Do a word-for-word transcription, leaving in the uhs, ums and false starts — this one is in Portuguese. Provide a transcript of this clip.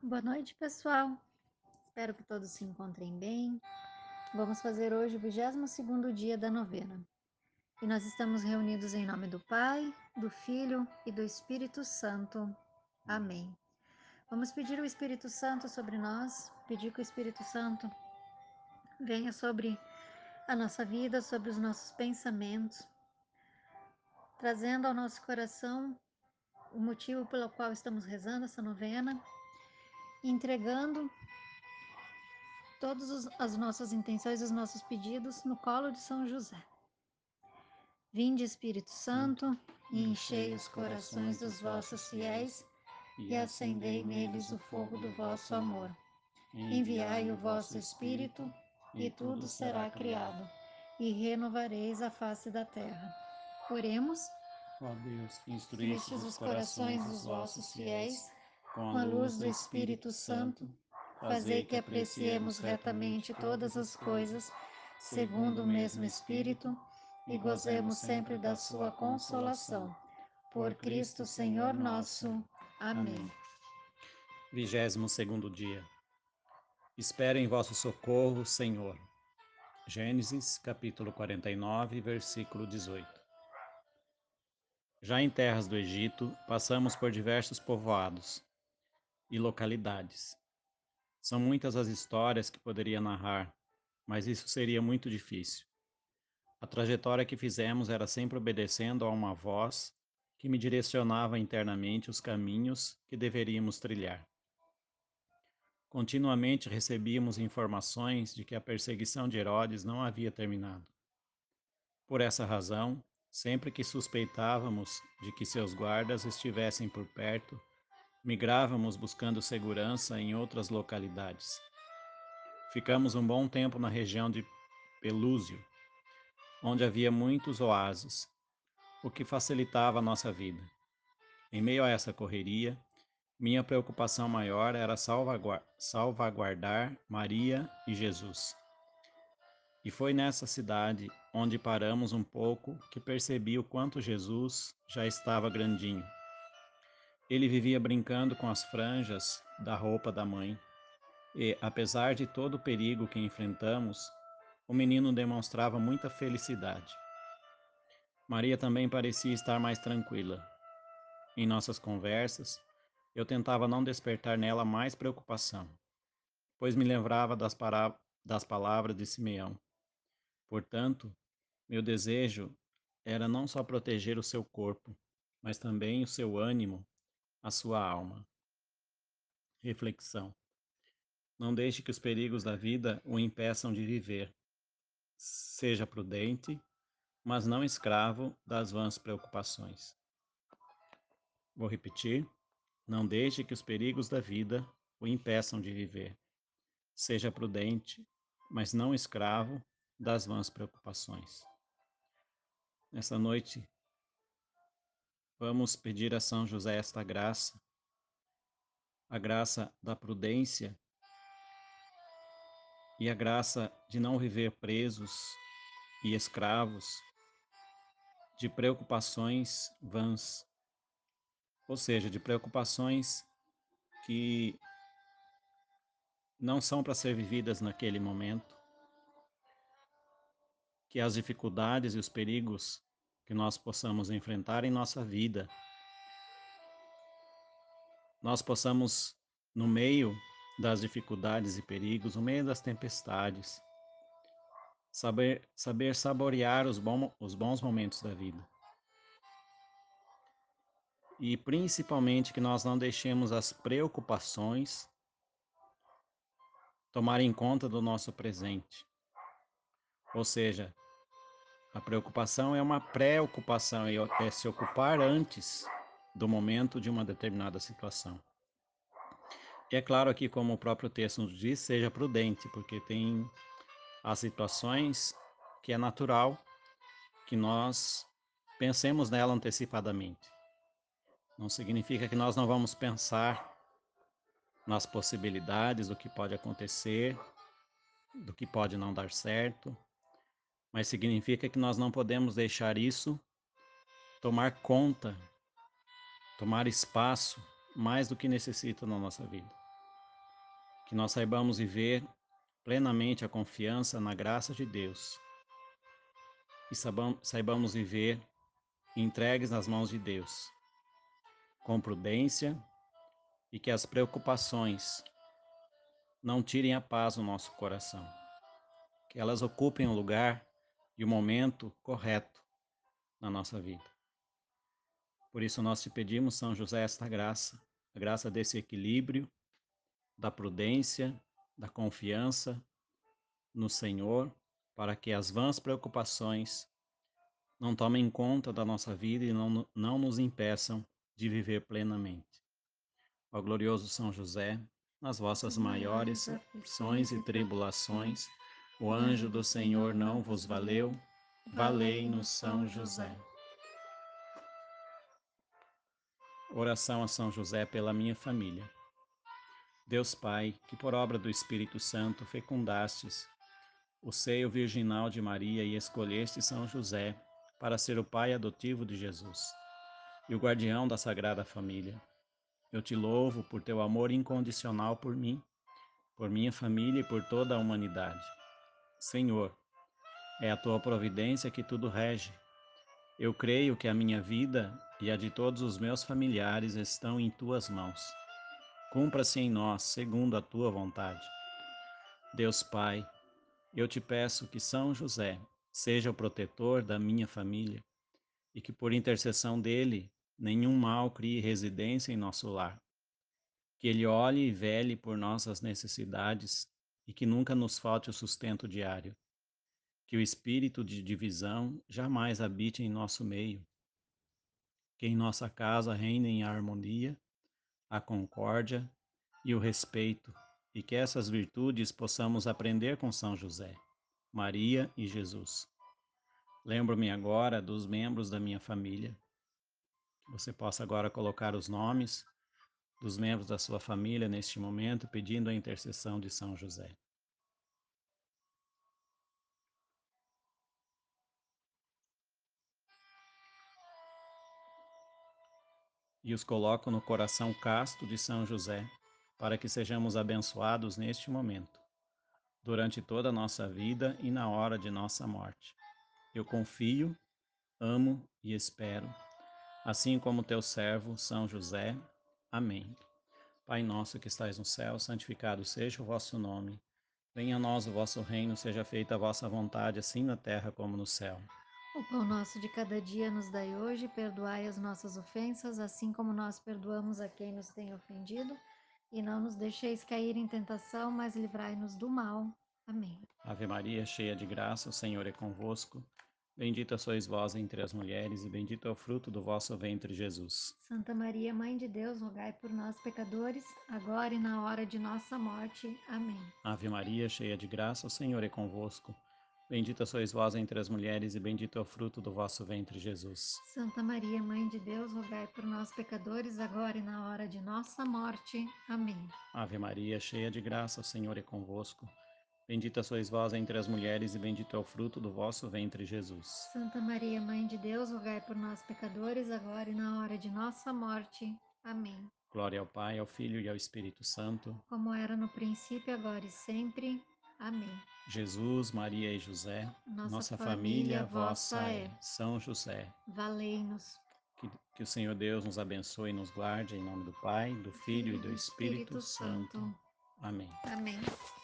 Boa noite, pessoal. Espero que todos se encontrem bem. Vamos fazer hoje o vigésimo segundo dia da novena. E nós estamos reunidos em nome do Pai, do Filho e do Espírito Santo. Amém. Vamos pedir o Espírito Santo sobre nós, pedir que o Espírito Santo venha sobre a nossa vida, sobre os nossos pensamentos, trazendo ao nosso coração o motivo pelo qual estamos rezando essa novena, entregando todas as nossas intenções, os nossos pedidos no colo de São José. Vinde, Espírito Santo, e enchei os corações dos vossos fiéis, e acendei neles o fogo do vosso amor. Enviai o vosso Espírito, e tudo será criado, e renovareis a face da terra. Oremos. Ó Deus, que Instruístes instruístes os corações dos vossos fiéis, com a luz do Espírito Santo, fazei que apreciemos retamente todas as coisas, segundo o mesmo Espírito, e gozemos sempre da sua consolação. Por Cristo Senhor nosso. Amém. Vigésimo segundo dia. Espere em vosso socorro, Senhor. Gênesis, capítulo quarenta e nove, versículo dezoito. Já em terras do Egito, passamos por diversos povoados e localidades. São muitas as histórias que poderia narrar, mas isso seria muito difícil. A trajetória que fizemos era sempre obedecendo a uma voz que me direcionava internamente os caminhos que deveríamos trilhar. Continuamente recebíamos informações de que a perseguição de Herodes não havia terminado. Por essa razão, sempre que suspeitávamos de que seus guardas estivessem por perto, migrávamos buscando segurança em outras localidades. Ficamos um bom tempo na região de Pelúzio, onde havia muitos oásis, o que facilitava a nossa vida. Em meio a essa correria, minha preocupação maior era salvaguardar Maria e Jesus. E foi nessa cidade onde paramos um pouco que percebi o quanto Jesus já estava grandinho. Ele vivia brincando com as franjas da roupa da mãe, e, apesar de todo o perigo que enfrentamos, o menino demonstrava muita felicidade. Maria também parecia estar mais tranquila. Em nossas conversas, eu tentava não despertar nela mais preocupação, pois me lembrava das, para... das palavras de Simeão. Portanto, meu desejo era não só proteger o seu corpo, mas também o seu ânimo, a sua alma. Reflexão. Não deixe que os perigos da vida o impeçam de viver. Seja prudente, mas não escravo das vãs preocupações. Vou repetir. Não deixe que os perigos da vida o impeçam de viver. Seja prudente, mas não escravo das vãs preocupações. Nessa noite, vamos pedir a São José esta graça, a graça da prudência e a graça de não viver presos e escravos de preocupações vãs, ou seja, de preocupações que não são para ser vividas naquele momento, que as dificuldades e os perigos que nós possamos enfrentar em nossa vida, nós possamos, no meio das dificuldades e perigos, no meio das tempestades, saber, saber saborear os, bom, os bons momentos da vida. E principalmente que nós não deixemos as preocupações tomarem conta do nosso presente. Ou seja, a preocupação é uma pré-ocupação, é se ocupar antes do momento de uma determinada situação. E é claro que, como o próprio texto nos diz, seja prudente, porque tem as situações que é natural que nós pensemos nela antecipadamente. Não significa que nós não vamos pensar nas possibilidades do que pode acontecer, do que pode não dar certo, mas significa que nós não podemos deixar isso tomar conta, tomar espaço mais do que necessita na nossa vida. que nós saibamos viver plenamente a confiança na graça de Deus e saibamos viver entregues nas mãos de Deus, com prudência, e que as preocupações não tirem a paz do nosso coração, que elas ocupem o lugar e o momento correto na nossa vida. Por isso nós te pedimos, São José, esta graça, a graça desse equilíbrio, da prudência, da confiança no Senhor, para que as vãs preocupações não tomem conta da nossa vida e não, não nos impeçam de viver plenamente. Ó glorioso São José, nas vossas maiores aflições e tribulações, o anjo do Senhor não vos valeu, valei-nos São José. Oração a São José pela minha família. Deus Pai, que por obra do Espírito Santo fecundastes o seio virginal de Maria e escolheste São José para ser o pai adotivo de Jesus e o guardião da Sagrada Família. Eu te louvo por teu amor incondicional por mim, por minha família e por toda a humanidade. Senhor, é a tua providência que tudo rege. Eu creio que a minha vida e a de todos os meus familiares estão em tuas mãos. Cumpra-se em nós segundo a tua vontade. Deus Pai, eu te peço que São José seja o protetor da minha família e que por intercessão dele nenhum mal crie residência em nosso lar. Que ele olhe e vele por nossas necessidades e que nunca nos falte o sustento diário. Que o espírito de divisão jamais habite em nosso meio. Que em nossa casa reinem a harmonia, a concórdia e o respeito, e que essas virtudes possamos aprender com São José, Maria e Jesus. Lembro-me agora dos membros da minha família. Que você possa agora colocar os nomes dos membros da sua família neste momento, pedindo a intercessão de São José. E os coloco no coração casto de São José, para que sejamos abençoados neste momento, durante toda a nossa vida e na hora de nossa morte. Eu confio, amo e espero, assim como teu servo, São José. Amém. Pai nosso que estais no céu, santificado seja o vosso nome. Venha a nós o vosso reino, seja feita a vossa vontade, assim na terra como no céu. O pão nosso de cada dia nos dai hoje, perdoai as nossas ofensas, assim como nós perdoamos a quem nos tem ofendido, e não nos deixeis cair em tentação, mas livrai-nos do mal. Amém. Ave Maria, cheia de graça, o Senhor é convosco. Bendita sois vós entre as mulheres, e bendito é o fruto do vosso ventre, Jesus. Santa Maria, Mãe de Deus, rogai por nós, pecadores, agora e na hora de nossa morte. Amém. Ave Maria, cheia de graça, o Senhor é convosco. Bendita sois vós entre as mulheres, e bendito é o fruto do vosso ventre, Jesus. Santa Maria, Mãe de Deus, rogai por nós, pecadores, agora e na hora de nossa morte. Amém. Ave Maria, cheia de graça, o Senhor é convosco. Bendita sois vós entre as mulheres, e bendito é o fruto do vosso ventre, Jesus. Santa Maria, Mãe de Deus, rogai por nós, pecadores, agora e na hora de nossa morte. Amém. Glória ao Pai, ao Filho e ao Espírito Santo. Como era no princípio, agora e sempre. Amém. Jesus, Maria e José, Nossa, nossa família, família vossa vossa é. é. São José, Valei-nos. que, que o Senhor Deus nos abençoe e nos guarde, em nome do Pai, do Filho e do Espírito, Espírito Santo. Santo. Amém. Amém.